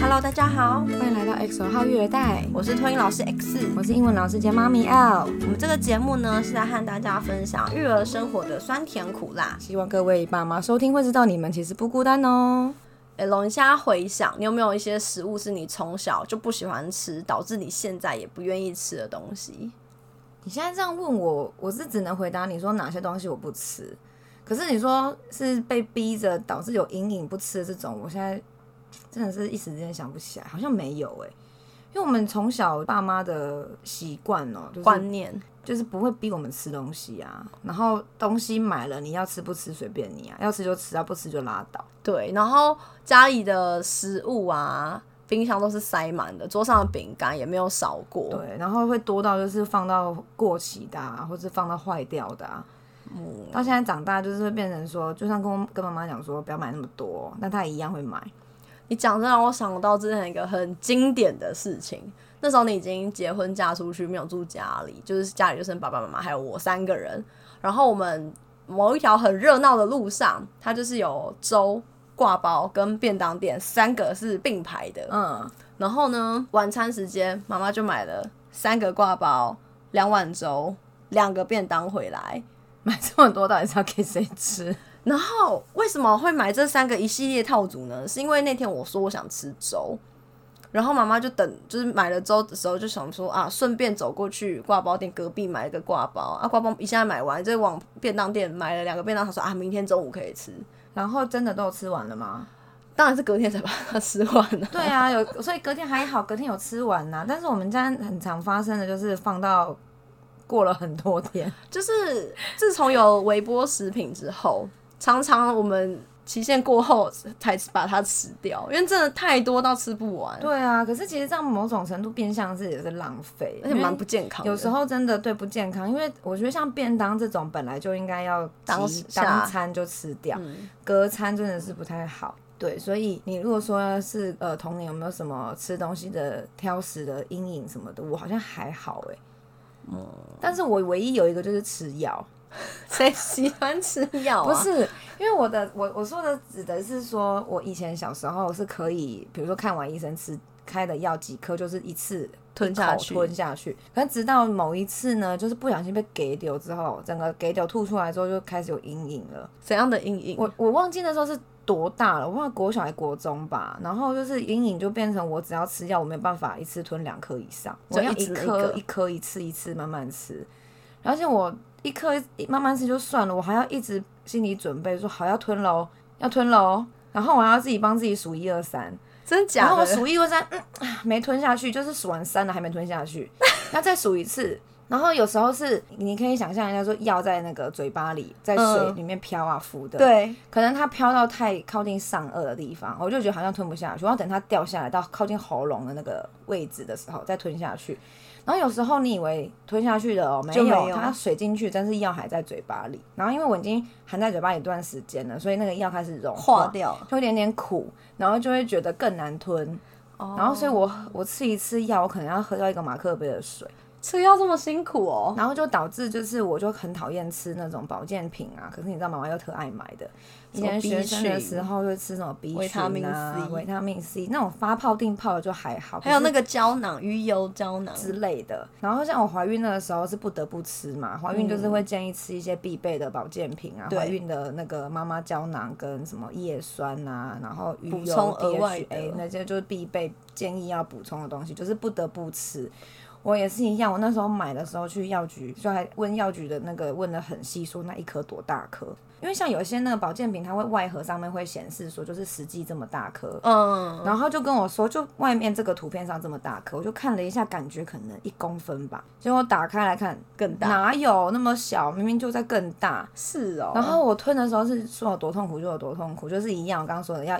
Hello， 大家好， 欢迎来到 X 号育儿袋， 我是托婴老师 X， 我是英文老师兼妈咪 L。 我们这个节目呢是在和大家分享育儿生活的酸甜苦辣， 希望各位爸妈收听会知道你们其实不孤单哦。 龙，你现在回想，你有没有一些食物是你从小就不喜欢吃，导致你现在也不愿意吃的东西？ 你现在这样问我，我是只能回答你说哪些东西我不吃。可是你说是被逼着导致有阴影不吃的这种，我现在真的是一时之间想不起来，好像没有因为我们从小爸妈的习惯就是观念就是不会逼我们吃东西啊，然后东西买了你要吃不吃随便你啊，要吃就吃，要不吃就拉倒。 对，然后家里的食物啊，冰箱都是塞满的，桌上的饼干也没有少过。 对，然后会多到就是放到过期的啊，或是放到坏掉的啊。到现在长大就是会变成说，就算跟妈妈讲说不要买那么多，但她一样会买。 你讲这让我想到之前一个很经典的事情，那时候你已经结婚嫁出去，没有住家里，就是家里就剩爸爸妈妈还有我3个人。然后我们某一条很热闹的路上，它就是有粥、挂包跟便当店3个是并排的。然后呢，晚餐时间妈妈就买了3个挂包、2碗粥、2个便当回来。 买这么多到底是要给谁吃？ 然后为什么会买这3个一系列套组呢？是因为那天我说我想吃粥，然后妈妈就就是买了粥的时候就想说啊，顺便走过去挂包店隔壁买了个挂包啊，挂包一下买完，就往便当店买了2个便当，她说啊，明天中午可以吃。 然后真的都有吃完了吗？ 当然是隔天才把它吃完对啊，所以隔天还好，隔天有吃完啊。但是我们家很常发生的就是放到过了很多天， 就是自从有微波食品之后，常常我们期限过后才把它吃掉，因为真的太多到吃不完。 对啊，可是其实这样某种程度变相是也是浪费， 而且蛮不健康的。 有时候真的对不健康，因为我觉得像便当这种本来就应该要当餐就吃掉，隔餐真的是不太好。对，所以你如果说是童年有没有什么吃东西的挑食的阴影什么的，我好像还好但是我唯一有一个就是吃药。 谁喜欢吃药啊？ 不是，因为我说的指的是说，我以前小时候是可以，比如说看完医生开的药几颗，就是一次吞下去。可是直到某一次呢，就是不小心被给丢之后，整个给丢吐出来之后，就开始有阴影了。 怎样的阴影？ 我忘记那时候是多大了，我忘了国小还国中吧。然后就是阴影就变成我只要吃药，我没有办法一次吞2颗以上，我要一颗一次慢慢吃，而且我一颗慢慢吃就算了，我还要一直心理准备说好要吞咯，然后我还要自己帮自己数1、2、3， 真假的？ 然后我数1、2、3，没吞下去，就是数完3了还没吞下去，那再数一次。然后有时候是你可以想象一下，说药在那个嘴巴里，在水里面飘啊浮的， 对， 可能它飘到太靠近上颚的地方，我就觉得好像吞不下去，我要等它掉下来到靠近喉咙的那个位置的时候再吞下去。然后有时候你以为吞下去了没有，它水进去，但是药还在嘴巴里。然后因为我已经含在嘴巴一段时间了，所以那个药开始融化掉， 就有点苦，然后就会觉得更难吞。然后所以我吃一次药，我可能要喝到1个马克杯的水。 吃药这么辛苦哦， 然后就导致就是我就很讨厌吃那种保健品啊，可是你知道妈妈又特爱买的。以前学生的时候就吃什么 B 群啊、维他命 C 那种发泡定泡的就还好， 还有那个胶囊、鱼油胶囊之类的。然后像我怀孕的时候是不得不吃嘛，怀孕就是会建议吃一些必备的保健品啊，怀孕的那个妈妈胶囊跟什么叶酸啊，然后鱼油、DHA 那些就是必备建议要补充的东西，就是不得不吃。我也是一样，我那时候买的时候去药局，就还问药局的那个问得很细，说那1颗多大颗？因为像有些那个保健品，它会外盒上面会显示说就是实际这么大颗，然后就跟我说，就外面这个图片上这么大颗，我就看了一下，感觉可能1公分吧，结果打开来看更大， 哪有那么小？明明就在更大。 是哦。 然后我吞的时候是说有多痛苦就有多痛苦，就是一样我刚刚说的要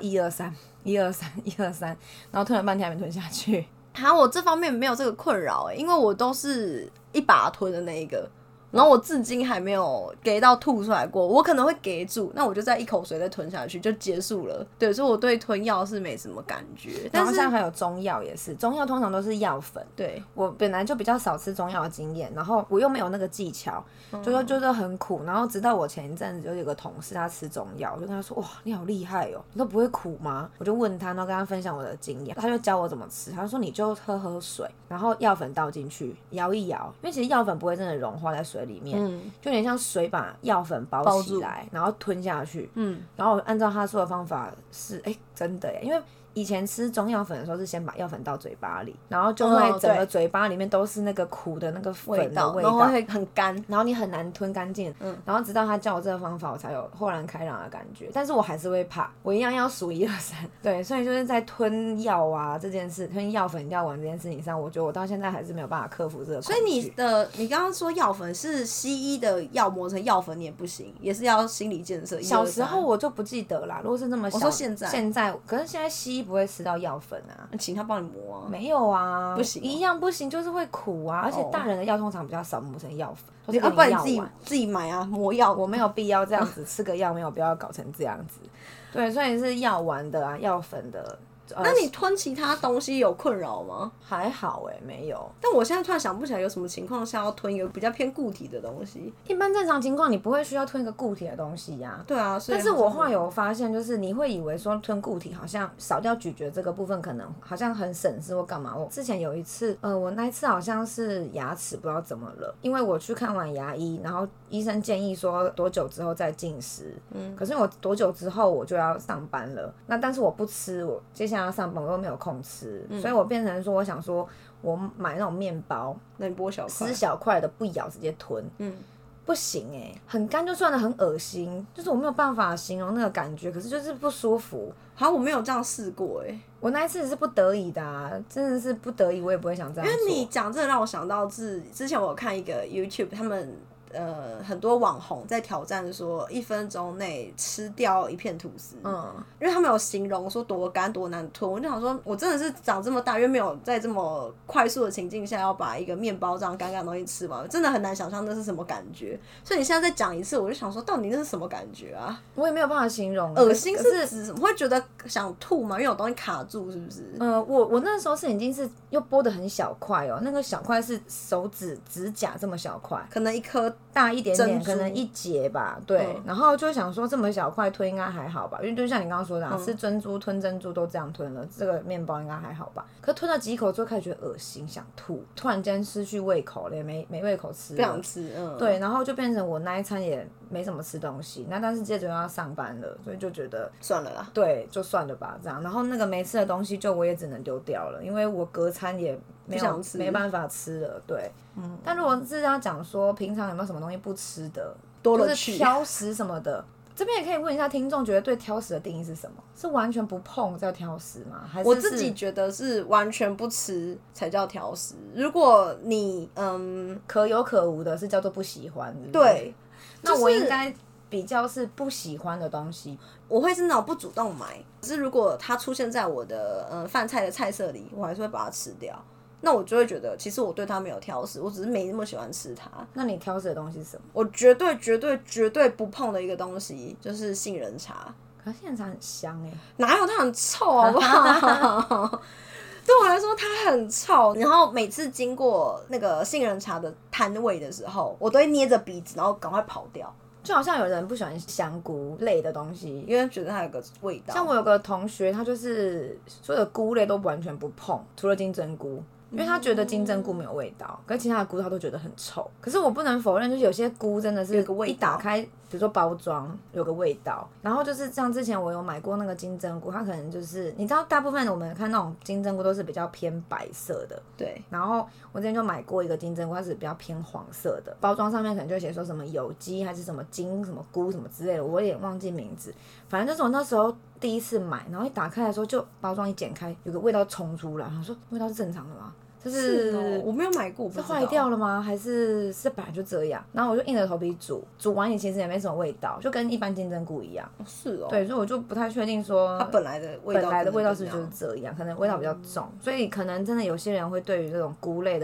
1、2、3，1、2、3，1、2、3，然后吞了半天还没吞下去。 我这方面没有这个困扰因为我都是一把吞的那一个， 然后我至今还没有给到吐出来过，我可能会给住，那我就再一口水再吞下去就结束了。对，所以我对吞药是没什么感觉。 然后像还有中药也是，中药通常都是药粉。 对， 我本来就比较少吃中药的经验，然后我又没有那个技巧，就说觉得很苦。然后直到我前一阵子就有个同事他吃中药，我就跟他说：“哇，你好厉害哦，你都不会苦吗？”我就问他，然后跟他分享我的经验，他就教我怎么吃。他说：“你就喝水，然后药粉倒进去摇一摇，因为其实药粉不会真的融化在水里面，就有点像水把药粉包起来，然后吞下去。然后按照他说的方法是，真的耶，因为以前吃中药粉的时候是先把药粉倒嘴巴里，然后就会整个嘴巴里面都是那个苦的那个粉的味道， 然后会很干， 然后你很难吞干净。然后直到他教我这个方法，我才有豁然开朗的感觉。但是我还是会怕，我一样要数1、2、3。对，所以就是在吞药啊这件事，吞药粉药丸这件事情上，我觉得我到现在还是没有办法克服这个恐惧。 所以你刚刚说药粉是西医的药磨成药粉，你也不行，也是要心理建设。 小时候我就不记得啦，如果是那么小， 我说现在， 可是现在西医不会吃到药粉啊， 请他帮你磨啊。 没有啊， 不行一样不行，就是会苦啊，而且大人的药通常比较少磨成药粉，都是不然你自己买啊，磨药。 我没有必要这样子吃个药，没有必要搞成这样子。对，所以是药丸的啊，药粉的。 那你吞其他东西有困扰吗？ 还好没有。 但我现在突然想不起来有什么情况下要吞一个比较偏固体的东西。 一般正常情况你不会需要吞一个固体的东西呀。 对啊， 但是我后来有发现，就是你会以为说吞固体好像少掉咀嚼这个部分，可能好像很省事或干嘛。我之前有一次，我那一次好像是牙齿不知道怎么了，因为我去看完牙医，然后医生建议说多久之后再进食。可是我多久之后我就要上班了，那但是我不吃，我接下来要上班我又没有空吃，所以我变成说我想说我买那种面包， 那你剥小块， 撕小块的不咬直接吞。不行很干就算了，很恶心，就是我没有办法形容那个感觉，可是就是不舒服。 好，我没有这样试过我那一次是不得已的啊，真的是不得已，我也不会想这样做。 因为你讲这个让我想到是之前我有看一个 YouTube， 他们很多网红在挑战说1分钟内吃掉一片吐司，因为他们有形容说多干多难吞，我就想说，我真的是长这么大，因为没有在这么快速的情境下要把一个面包这样干干的东西吃完，真的很难想象那是什么感觉。所以你现在再讲一次，我就想说，到底那是什么感觉啊？ 我也没有办法形容。 恶心是指什么？会觉得想吐吗？因为有东西卡住，是不是？ 我那时候是已经是又剥得很小块那个小块是手指指甲这么小块， 可能一颗大一点点，可能1节吧，对。然后就想说这么小块吞应该还好吧，因为就像你刚刚说的吃珍珠吞珍珠都这样吞了，这个面包应该还好吧。可吞了几口之后开始觉得恶心想吐，突然间失去胃口了，没胃口吃了， 不想吃。 对，然后就变成我那一餐也没怎么吃东西，那但是接着又要上班了，所以就觉得算了啦， 对，就算了吧这样。然后那个没吃的东西就我也只能丢掉了，因为我隔餐也没办法吃了，对。但如果是要讲说平常有没有什么东西不吃的， 多了就是挑食什么的，这边也可以问一下听众，觉得对挑食的定义是什么？是完全不碰叫挑食吗？还是我自己觉得是完全不吃才叫挑食。如果你可有可无的是叫做不喜欢，是不是？ 对， 那我应该比较是不喜欢的东西， 我会是那种不主动买，可是如果它出现在我的饭菜的菜色里，我还是会把它吃掉。那我就会觉得，其实我对它没有挑食，我只是没那么喜欢吃它。 那你挑食的东西是什么？ 我绝对不碰的一个东西就是杏仁茶。 可是杏仁茶很香哪有？它很臭好不好？对我来说它很臭，然后每次经过那个杏仁茶的摊位的时候，我都会捏着鼻子，然后赶快跑掉。 就好像有人不喜欢香菇类的东西， 因为觉得它有个味道。 像我有个同学，他就是所有的菇类都完全不碰，除了金针菇。因为他觉得金针菇没有味道，可是其他的菇他都觉得很臭。可是我不能否认，就是有些菇真的是一打开，比如说包装有个味道。然后就是像之前我有买过那个金针菇，它可能就是你知道，大部分我们看那种金针菇都是比较偏白色的， 对。 然后我之前就买过一个金针菇，它是比较偏黄色的，包装上面可能就写说什么有机还是什么金什么菇什么之类的，我有点忘记名字。反正就是我那时候第一次买，然后一打开的时候，就包装一剪开，有个味道冲出来，我说味道是正常的吗？就是我没有买过， 是坏掉了吗？还是本来就这样？然后我就硬着头皮煮完，其实也没什么味道，就跟一般金针菇一样。 是对，所以我就不太确定说它本来的味道是不是就是这样，可能味道比较重，所以可能真的有些人会对于这种菇类的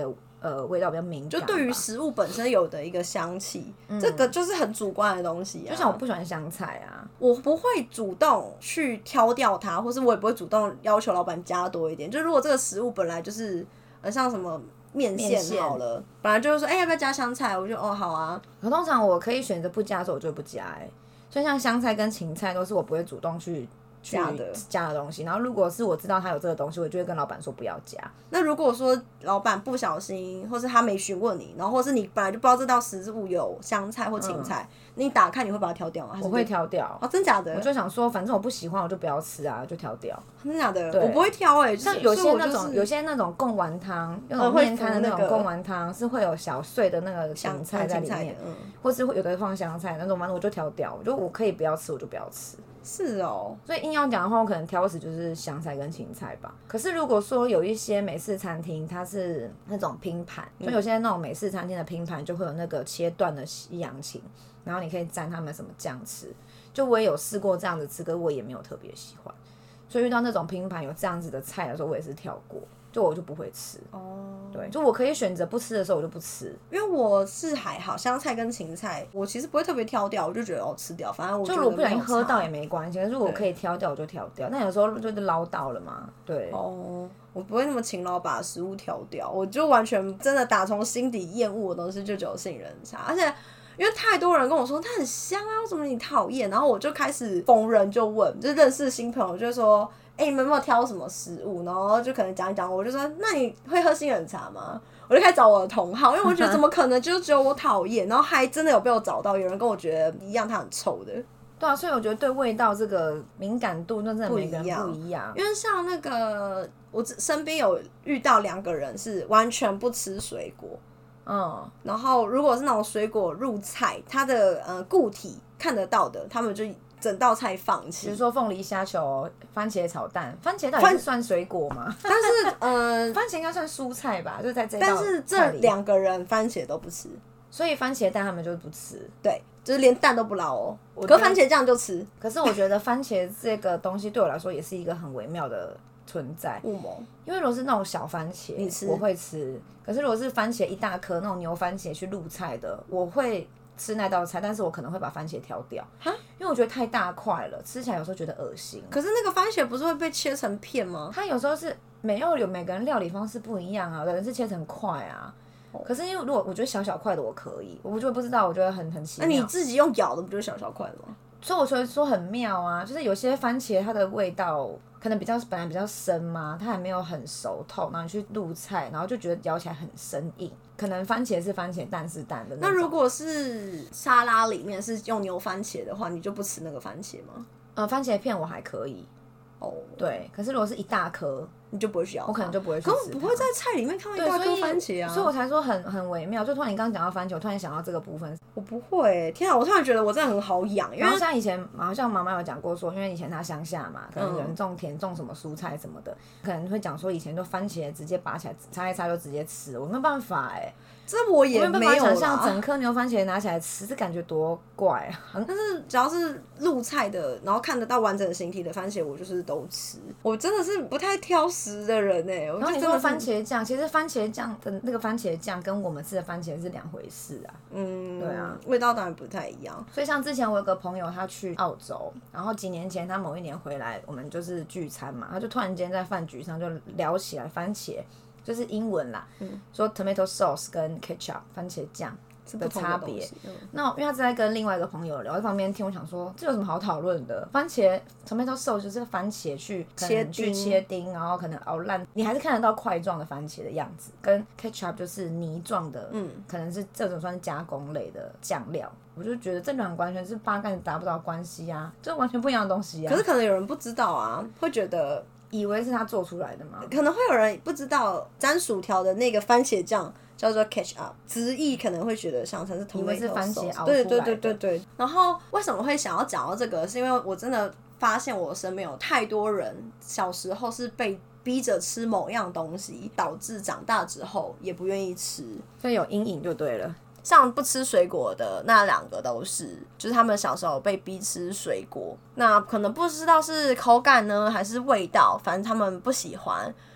味道比较敏感， 就对于食物本身有的一个香气，这个就是很主观的东西啊。 就像我不喜欢香菜啊， 我不会主动去挑掉它，或是我也不会主动要求老板加多一点。就如果这个食物本来就是像什么面线好了，本来就是说要不要加香菜，我就好啊。 可通常我可以选择不加的时候，我就不加所以像香菜跟芹菜都是我不会主动去加的东西，然后如果是我知道他有这个东西，我就会跟老板说不要加。 那如果说老板不小心，或是他没询问你，然后或是你本来就不知道这道食物有香菜或芹菜，你打开你会把它挑掉吗？ 我会挑掉。 真假的？ 我就想说，反正我不喜欢，我就不要吃啊，就挑掉。 真假的？我不会挑像有些那种贡丸汤，那种面摊的那种贡丸汤是会有小碎的那个芹菜在里面，或是会有的放香菜那种，反正我就挑掉。我可以不要吃，我就不要吃。 是哦， 所以硬要讲的话，我可能挑食就是香菜跟芹菜吧。可是如果说有一些美式餐厅，它是那种拼盘，就有些那种美式餐厅的拼盘就会有那个切断的西洋芹，然后你可以蘸他们什么酱吃。就我也有试过这样子吃，可是我也没有特别喜欢。所以遇到那种拼盘有这样子的菜的时候，我也是跳过。我就不会吃对，就我可以选择不吃的时候我就不吃， 因为我是还好，香菜跟芹菜我其实不会特别挑掉，我就觉得吃掉，反正我就如果不小心喝到也没关系，可是如果我可以挑掉我就挑掉，那有时候就是捞到了嘛，对我不会那么勤劳把食物挑掉，我就完全真的打从心底厌恶的东西就只有杏仁茶，而且因为太多人跟我说它很香啊，为什么你讨厌？然后我就开始逢人就问，就认识新朋友就说你们有没有挑什么食物？然后就可能讲一讲，我就说那你会喝杏仁茶吗？我就开始找我的同好，因为我觉得怎么可能就只有我讨厌，然后还真的有被我找到有人跟我觉得一样，它很臭的。 对啊，所以我觉得对味道这个敏感度，那真的每个人不一样。 因为像那个我身边有遇到2个人是完全不吃水果，然后如果是那种水果入菜，它的固体看得到的，他们就整道菜放弃。 比如说凤梨虾球、番茄炒蛋，番茄到底是算水果吗？ 但是番茄应该算蔬菜吧，就在这道菜里。 但是这2个人番茄都不吃， 所以番茄蛋他们就不吃。 对，就是连蛋都不捞哦。可番茄酱就吃。 可是我觉得番茄这个东西对我来说也是一个很微妙的存在。因为如果是那种小番茄，你吃我会吃。可是如果是番茄一大颗那种牛番茄去入菜的，我会吃那道菜，但是我可能会把番茄挑掉，因为我觉得太大块了，吃起来有时候觉得恶心。 可是那个番茄不是会被切成片吗？ 它有时候是每个人料理方式不一样啊，有人是切成块啊。可是因为如果我觉得小小块的我可以，我就不知道，我觉得很奇妙。 那你自己用咬的不就是小小块的吗？ 所以我觉得说很妙啊，就是有些番茄它的味道可能本来比较深嘛，它还没有很熟透，然后你去入菜，然后就觉得咬起来很生硬。可能番茄是番茄，蛋是蛋的那种。 那如果是沙拉里面是用牛番茄的话，你就不吃那个番茄吗？ 番茄片我还可以。对，可是如果是一大颗， 你就不会去咬它， 我可能就不会去吃。 可我不会在菜里面看到一大颗番茄啊， 所以我才说很微妙。就突然你刚刚讲到番茄，我突然想到这个部分， 我不会。天啊，我突然觉得我真的很好养，因为像以前好像妈妈有讲过说，因为以前她乡下嘛，可能有人种田种什么蔬菜什么的，可能会讲说以前就番茄直接拔起来擦一擦就直接吃，我没有办法这我也没有啦， 想象整颗牛番茄拿起来吃，这感觉多怪啊！ 但是只要是入菜的，然后看得到完整的形体的番茄，我就是都吃。我真的是不太挑食的人然后你说番茄酱，其实番茄酱的那个番茄酱跟我们吃的番茄是2回事啊。对啊， 味道当然不太一样。 所以像之前我有个朋友，他去澳洲，然后几年前他某一年回来，我们就是聚餐嘛，他就突然间在饭局上就聊起来番茄。就是英文啦，说 tomato sauce 跟 ketchup 番茄酱的差别。那因为他在跟另外一个朋友聊，在旁边听，我想说这有什么好讨论的？番茄 tomato sauce 就是番茄去切丁，然后可能熬烂，你还是看得到块状的番茄的样子。跟 ketchup 就是泥状的，可能是这种算是加工类的酱料。我就觉得这两个完全是八竿子打不到关系啊，这完全不一样的东西啊。 可是可能有人不知道啊，会觉得。 以为是他做出来的吗？ 可能会有人不知道沾薯条的那个番茄酱叫做 ketchup， 直译可能会觉得想成是 tomato sauce， 以为是番茄熬出来的。 对。然后为什么会想要讲到这个？是因为我真的发现我身边有太多人小时候是被逼着吃某样东西，导致长大之后也不愿意吃， 所以有阴影就对了。 像不吃水果的那2个都是，就是他们小时候被逼吃水果，那可能不知道是口感呢还是味道，反正他们不喜欢，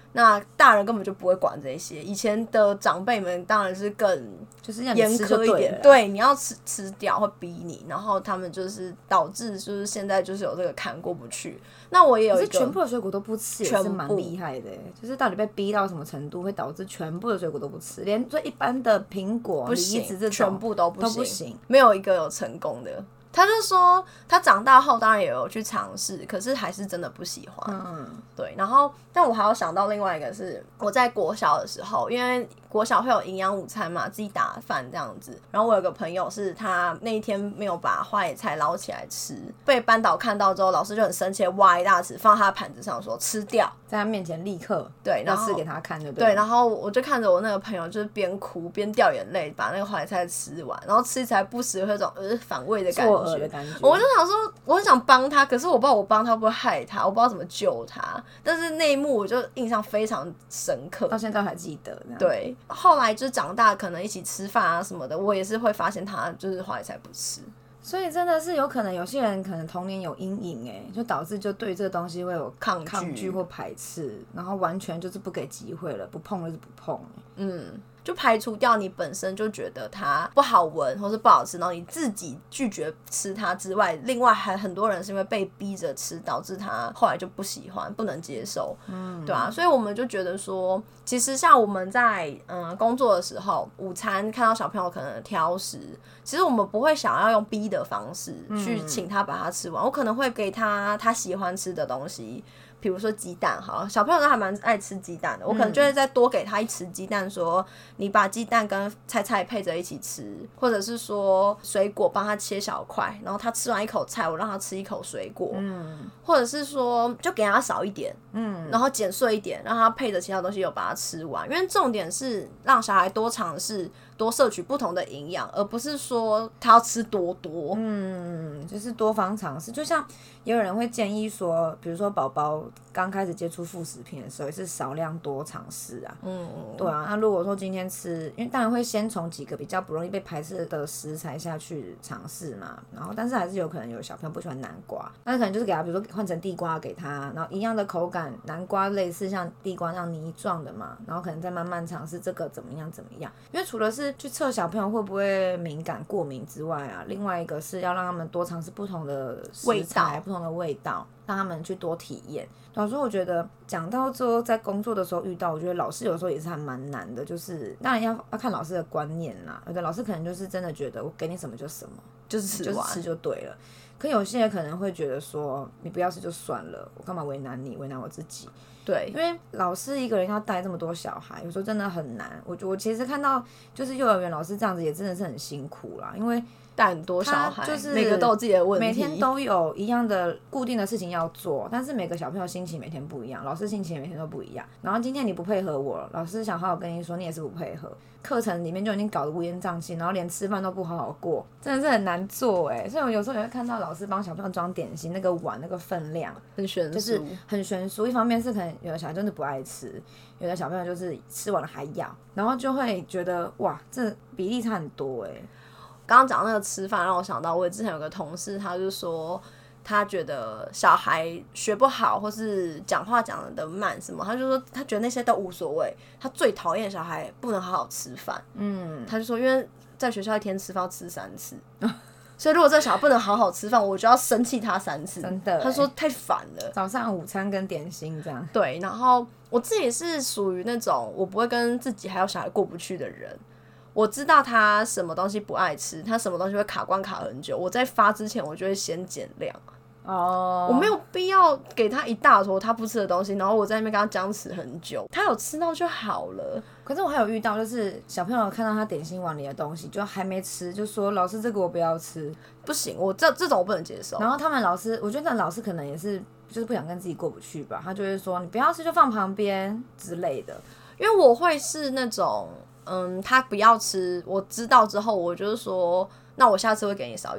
那大人根本就不会管这些，以前的长辈们当然是更就是让你严吃就苛一点， 对了， 对，你要吃掉会逼你，然后他们就是导致就是现在就是有这个坎过不去。那我也有一个， 可是全部的水果都不吃也是蛮厉害的，就是到底被逼到什么程度，会导致全部的水果都不吃，连最一般的苹果、 不行梨子这种全部都不都不行， 没有一个有成功的。他就说他长大后当然也有去尝试，可是还是真的不喜欢。对。然后，但我还有想到另外一个是我在国小的时候，因为国小会有营养午餐嘛，自己打饭这样子。然后我有个朋友是他那一天没有把花椰菜捞起来吃，被班导看到之后，老师就很生气地挖一大匙放在他的盘子上说吃掉， 在他面前立刻对，然后吃给他看就对，然后我就看着我那个朋友就是边哭边掉眼泪把那个花椰菜吃完，然后吃起来不时会有种反胃的感觉，我就想说我很想帮他，可是我不知道我帮他会不会害他，我不知道怎么救他，但是那一幕我就印象非常深刻， 到现在还记得。 对，后来就是长大可能一起吃饭啊什么的，我也是会发现他就是花椰菜不吃。 所以真的是有可能有些人可能童年有阴影就导致就对这个东西会有抗拒或排斥，然后完全就是不给机会了，不碰就是不碰。 就排除掉你本身就觉得它不好闻或是不好吃，然后你自己拒绝吃它之外，另外还很多人是因为被逼着吃，导致他后来就不喜欢不能接受。对啊，所以我们就觉得说其实像我们在工作的时候，午餐看到小朋友可能挑食，其实我们不会想要用逼的方式去请他把它吃完，我可能会给他喜欢吃的东西，比如说鸡蛋，好，小朋友都还蛮爱吃鸡蛋的，我可能就会再多给他一匙鸡蛋，说你把鸡蛋跟菜配着一起吃，或者是说水果帮他切小块，然后他吃完一口菜，我让他吃一口水果，或者是说就给他少一点，然后剪碎一点，让他配着其他东西有把它吃完，因为重点是让小孩多尝试，多摄取不同的营养，而不是说他要吃多， 就是多方尝试。就像也有人会建议说，比如说宝宝刚开始接触副食品的时候，也是少量多尝试啊。对啊。那如果说今天吃，因为当然会先从几个比较不容易被排斥的食材下去尝试嘛，然后但是还是有可能有小朋友不喜欢南瓜，那可能就是给他，比如说换成地瓜给他，然后一样的口感，南瓜类似像地瓜那样泥状的嘛，然后可能再慢慢尝试这个怎么样。因为除了是去测小朋友会不会敏感过敏之外啊，另外一个是要让他们多尝试不同的食材，不同的味道，让他们去多体验。所以我觉得讲到之后在工作的时候遇到，我觉得老师有时候也是还蛮难的，就是当然要看老师的观念啦，有的老师可能就是真的觉得我给你什么就什么， 就是吃就对了，可有些人可能会觉得说你不要吃就算了，我干嘛为难你，为难我自己。 对， 因为老师一个人要带这么多小孩，有时候真的很难。我其实看到就是幼儿园老师这样子也真的是很辛苦啦，因为带很多小孩， 就是每个都有自己的问题， 每天都有一样的固定的事情要做，但是每个小朋友心情每天不一样，老师心情每天都不一样。然后今天你不配合我，老师想好好跟你说，你也是不配合。课程里面就已经搞得乌烟瘴气，然后连吃饭都不好好过，真的是很难做所以我有时候也会看到老师帮小朋友装点心，那个碗那个分量很悬殊， 就是很悬殊。一方面是可能有的小孩真的不爱吃，有的小朋友就是吃完了还要，然后就会觉得哇，这比例差很多刚刚讲那个吃饭让我想到，我之前有个同事，他就说他觉得小孩学不好或是讲话讲的慢什么，他就说他觉得那些都无所谓，他最讨厌小孩不能好好吃饭。他就说因为在学校一天吃饭要吃3次所以如果这个小孩不能好好吃饭，我就要生气他3次， 真的他说太烦了， 早上午餐跟点心这样。 对，然后我自己是属于那种我不会跟自己还有小孩过不去的人，我知道他什么东西不爱吃，他什么东西会卡关卡很久，我在发之前我就会先减量。我没有必要给他一大坨他不吃的东西，然后我在那边跟他僵持很久，他有吃到就好了。 可是我还有遇到，就是小朋友看到他点心碗里的东西就还没吃，就说老师这个我不要吃， 不行，我这种我不能接受。 然后他们老师，我觉得老师可能也是就是不想跟自己过不去吧，他就会说你不要吃就放旁边之类的。 因为我会是那种他不要吃，我知道之后我就是说那我下次会给你少一点，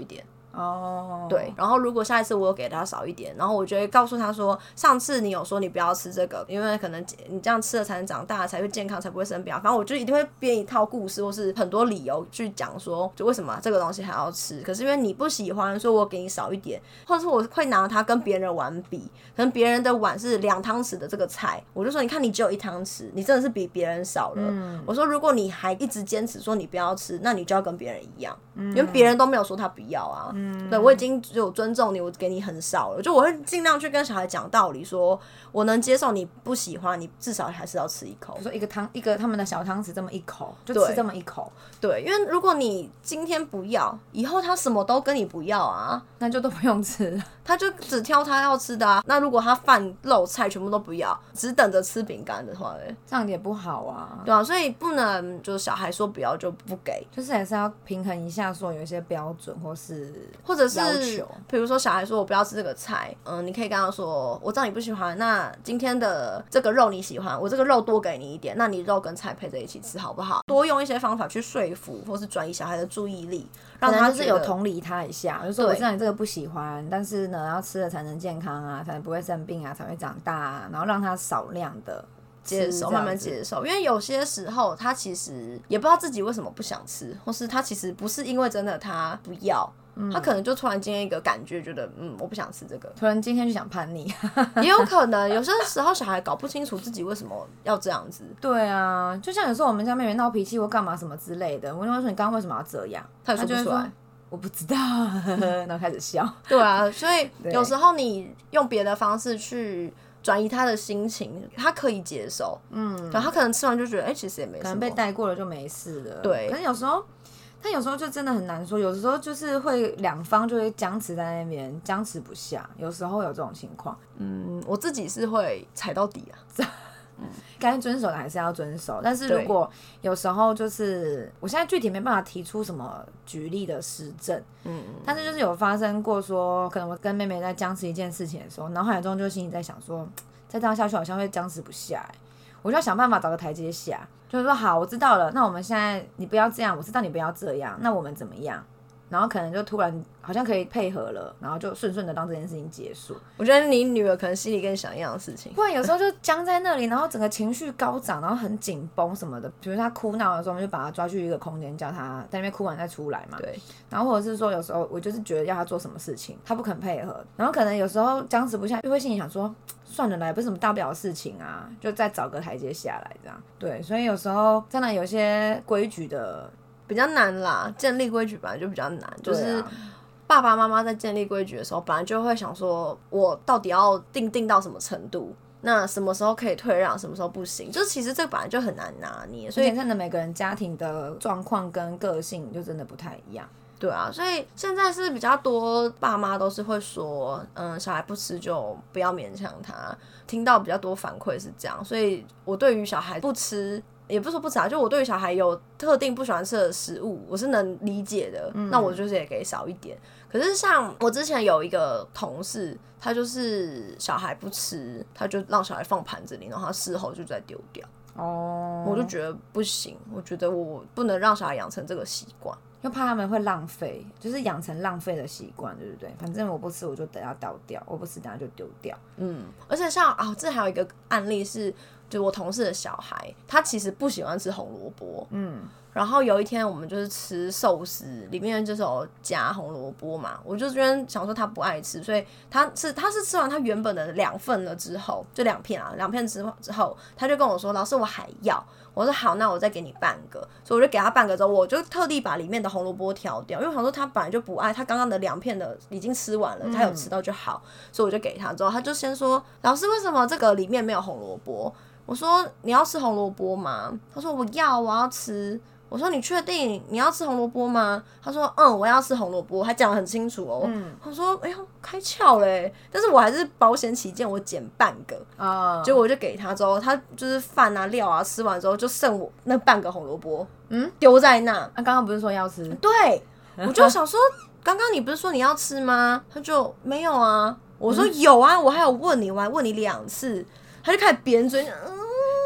对，然后如果下一次我有给他少一点，然后我就会告诉他说，上次你有说你不要吃这个，因为可能你这样吃了才能长大，才会健康，才不会生病。反正我就一定会编一套故事或是很多理由去讲说，就为什么这个东西还要吃，可是因为你不喜欢，所以我给你少一点，或者是我会拿它跟别人碗比，可能别人的碗是2汤匙的这个菜，我就说你看你只有1汤匙，你真的是比别人少了。我说如果你还一直坚持说你不要吃，那你就要跟别人一样，因为别人都没有说他不要啊。对，我已经有尊重你，我给你很少了，就我会尽量去跟小孩讲道理，说我能接受你不喜欢，你至少还是要吃一口。 就说一个他们的小汤匙这么一口，就吃这么一口。 对，因为如果你今天不要，以后他什么都跟你不要啊， 那就都不用吃了， 他就只挑他要吃的啊。那如果他饭肉菜全部都不要，只等着吃饼干的话呢， 这样也不好啊。 对啊，所以不能就小孩说不要就不给， 就是还是要平衡一下，说有一些标准或者是比如说小孩说我不要吃这个菜，你可以跟他说我知道你不喜欢，那今天的这个肉你喜欢，我这个肉多给你一点，那你肉跟菜配在一起吃好不好？多用一些方法去说服或是转移小孩的注意力，让他就是有同理他一下，就说我知道你这个不喜欢，但是呢要吃了才能健康啊，才能不会生病啊，才会长大啊，然后让他少量的接受，慢慢接受，因为有些时候他其实也不知道自己为什么不想吃，或是他其实不是因为真的他不要，他可能就突然间一个感觉，觉得我不想吃这个， 突然今天就想叛逆， 也有可能。有些时候小孩搞不清楚自己为什么要这样子。 对啊，就像有时候我们家妹妹闹脾气或干嘛什么之类的，我就会说你刚刚为什么要这样， 他也说不出来。 我不知道，然后开始笑。 对啊，所以有时候你用别的方式去转移他的心情，他可以接受。然后他可能吃完就觉得，其实也没什么， 可能被带过了就没事了。 对， 可是有时候就真的很难说，有时候就是会两方就会僵持在那边，僵持不下，有时候有这种情况。 我自己是会踩到底啊。 该遵守的还是要遵守，但是如果有时候就是我现在具体没办法提出什么举例的实证，但是就是有发生过说，可能我跟妹妹在僵持一件事情的时候，脑海中就心里在想说，再这样下去好像会僵持不下，我就要想办法找个台阶下，就是说好，我知道了，那我们现在你不要这样，我知道你不要这样，那我们怎么样？然后可能就突然好像可以配合了，然后就顺顺的让这件事情结束。 我觉得你女儿可能心里跟你想一样的事情， 不然有时候就僵在那里，然后整个情绪高涨，然后很紧绷什么的。比如她哭闹的时候，我们就把她抓去一个空间，叫她在那边哭完再出来嘛。 对。 然后或者是说，有时候我就是觉得要她做什么事情，她不肯配合，然后可能有时候僵持不下，就会心里想说，算了啦，也不是什么大不了的事情啊，就再找个台阶下来这样。对，所以有时候真的有些规矩的。 比较难啦，建立规矩本来就比较难，就是爸爸妈妈在建立规矩的时候，本来就会想说，我到底要定到什么程度，那什么时候可以退让，什么时候不行，就是其实这个本来就很难拿捏，所以真的每个人家庭的状况跟个性就真的不太一样。 对啊，所以现在是比较多爸妈都是会说，小孩不吃就不要勉强他，听到比较多反馈是这样，所以我对于小孩不吃。也不是说不吃啊，就我对于小孩有特定不喜欢吃的食物，我是能理解的，那我就是也给少一点。可是像我之前有一个同事，他就是小孩不吃，他就让小孩放盘子里，然后他事后就再丢掉。我就觉得不行，我觉得我不能让小孩养成这个习惯， 又怕他们会浪费，就是养成浪费的习惯，对不对？反正我不吃，我就等下倒掉；我不吃，等下就丢掉。 而且像这还有一个案例是。就我同事的小孩，他其实不喜欢吃红萝卜，然后有一天我们就是吃寿司，里面就是有加红萝卜嘛，我就这边想说他不爱吃，所以他是吃完他原本的2份了之后，就2片啊，2片之后，他就跟我说，老师我还要，我说好，那我再给你半个，所以我就给他半个之后，我就特地把里面的红萝卜挑掉，因为我想说他本来就不爱，他刚刚的2片的已经吃完了，他有吃到就好，所以我就给他之后，他就先说，老师为什么这个里面没有红萝卜？我说你要吃红萝卜吗？他说我要吃。我说你确定你要吃红萝卜吗？他说我要吃红萝卜，还讲得很清楚哦。我说哎呦开窍嘞，但是我还是保险起见，我减半个结果我就给他之后，他就是饭啊料啊吃完之后就剩我那半个红萝卜丢在那。 刚刚不是说要吃？ 对，我就想说刚刚你不是说你要吃吗？他就没有啊。我说有啊，我还有问你，我还问你2次。他就开始扁嘴，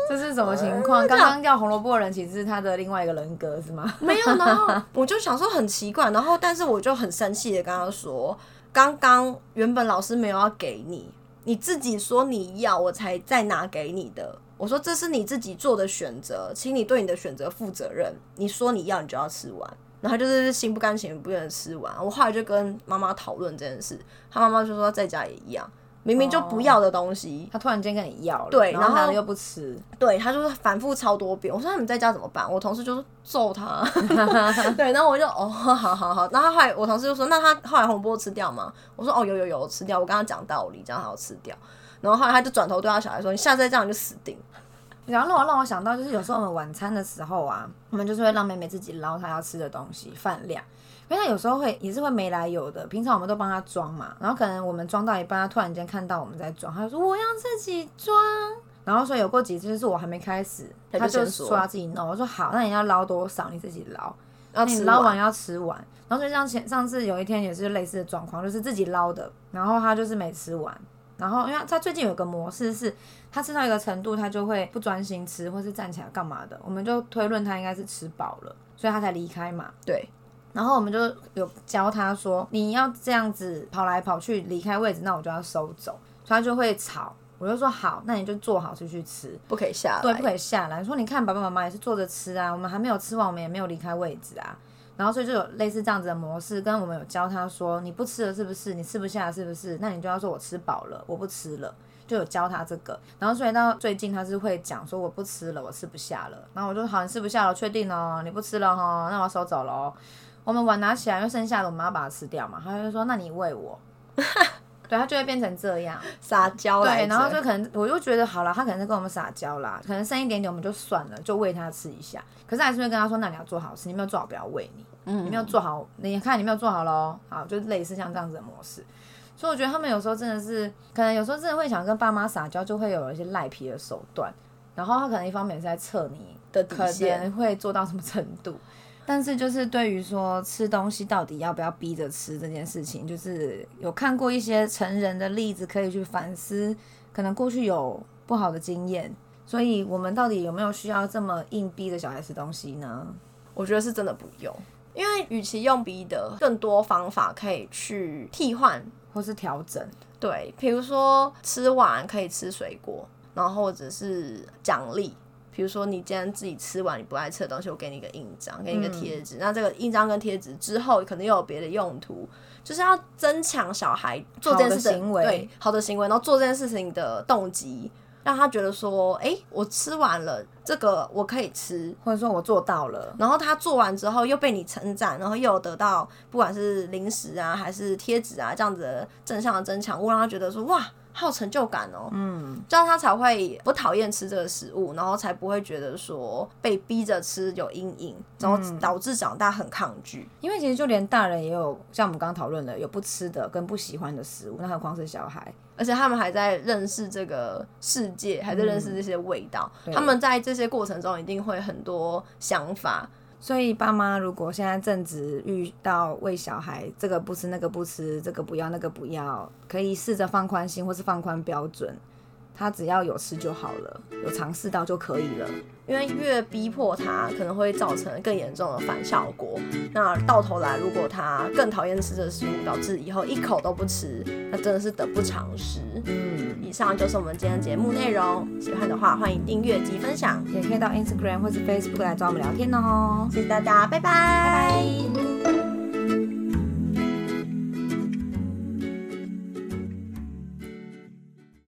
这是什么情况？刚刚叫红萝卜的人其实是他的另外一个人格是吗？ 没有，然后我就想说很奇怪，然后但是我就很生气的跟他说，刚刚原本老师没有要给你，你自己说你要我才再拿给你的。我说这是你自己做的选择，请你对你的选择负责任。你说你要，你就要吃完。然后他就是心不甘情不愿的吃完。我后来就跟妈妈讨论这件事，他妈妈就说在家也一样，明明就不要的东西， 他突然间跟你要了， 对， 然后拿了又不吃， 对，他就是反复超多遍。我说他们在家怎么办？我同事就说揍他，对，然后我就好好好，然后后来我同事就说那他后来红波吃掉吗？我说有吃掉，我跟他讲道理，这样他要吃掉。然后后来他就转头对他小孩说：“你下次再这样你就死定。” 然后让我想到，就是有时候我们晚餐的时候啊，我们就是会让妹妹自己捞她要吃的东西饭量，因为她有时候也是会没来由的。平常我们都帮她装嘛，然后可能我们装到一半，她突然间看到我们在装，她就说我要自己装。然后所以有过几次就是我还没开始，她就说她自己弄。我说好，那你要捞多少你自己捞，那你捞完要吃完。然后就像上次有一天也是类似的状况，就是自己捞的，然后她就是没吃完。然后因为他最近有个模式是，他吃到一个程度，他就会不专心吃，或是站起来干嘛的，我们就推论他应该是吃饱了，所以他才离开嘛。 对。 然后我们就有教他说，你要这样子跑来跑去离开位置，那我就要收走，所以他就会吵。我就说好，那你就坐好出去吃， 不可以下来。 对，不可以下来。说你看爸爸妈妈也是坐着吃啊，我们还没有吃完，我们也没有离开位置啊。然后所以就有类似这样子的模式，跟我们有教他说，你不吃了是不是？你吃不下了是不是？那你就要说我吃饱了，我不吃了，就有教他这个。然后所以到最近他是会讲说我不吃了，我吃不下了。然后我就好，你吃不下了，确定哦，你不吃了哈，那我要收走了哦。我们碗拿起来，因为剩下的我们要把它吃掉嘛，他就说那你喂我。对，他就会变成这样撒娇来着。 对，然后就可能我就觉得好了，他可能是跟我们撒娇啦，可能剩一点点我们就算了，就喂他吃一下。可是还是会跟他说，那你要做好吃，你没有做好不要喂你，你没有做好，你看你没有做好咯，好，就类似像这样子的模式。所以我觉得他们有时候真的是，可能有时候真的会想跟爸妈撒娇，就会有一些赖皮的手段。然后他可能一方面是在测你的底线， 可能会做到什么程度。但是就是对于说吃东西到底要不要逼着吃这件事情，就是有看过一些成人的例子可以去反思，可能过去有不好的经验，所以我们到底有没有需要这么硬逼着小孩吃东西呢？ 我觉得是真的不用，因为与其用逼的，更多方法可以去替换或是调整。 对，比如说吃完可以吃水果，然后或者是奖励。比如说你今天自己吃完你不爱吃的东西，我给你一个印章，给你一个贴纸，那这个印章跟贴纸之后可能又有别的用途，就是要增强小孩做这件事情对好的行为，然后做这件事情的动机，让他觉得说我吃完了这个我可以吃， 或者说我做到了， 然后他做完之后又被你称赞，然后又有得到不管是零食啊还是贴纸啊这样子的正向的增强物，让他觉得说哇好有成就感哦，这样他才会不讨厌吃这个食物，然后才不会觉得说被逼着吃有阴影，然后导致长大很抗拒。 因为其实就连大人也有像我们刚刚讨论的，有不吃的跟不喜欢的食物，那何况是小孩， 而且他们还在认识这个世界，还在认识这些味道，他们在这些过程中一定会很多想法。 所以爸妈如果现在正值遇到喂小孩这个不吃那个不吃，这个不要那个不要，可以试着放宽心或是放宽标准，他只要有吃就好了，有尝试到就可以了。 因为越逼迫他可能会造成更严重的反效果，那到头来如果他更讨厌吃的食物，导致以后一口都不吃，那真的是得不偿失。以上就是我们今天节目内容，喜欢的话欢迎订阅及分享， 也可以到 Instagram 或是 Facebook 来找我们聊天哦。 谢谢大家，拜拜。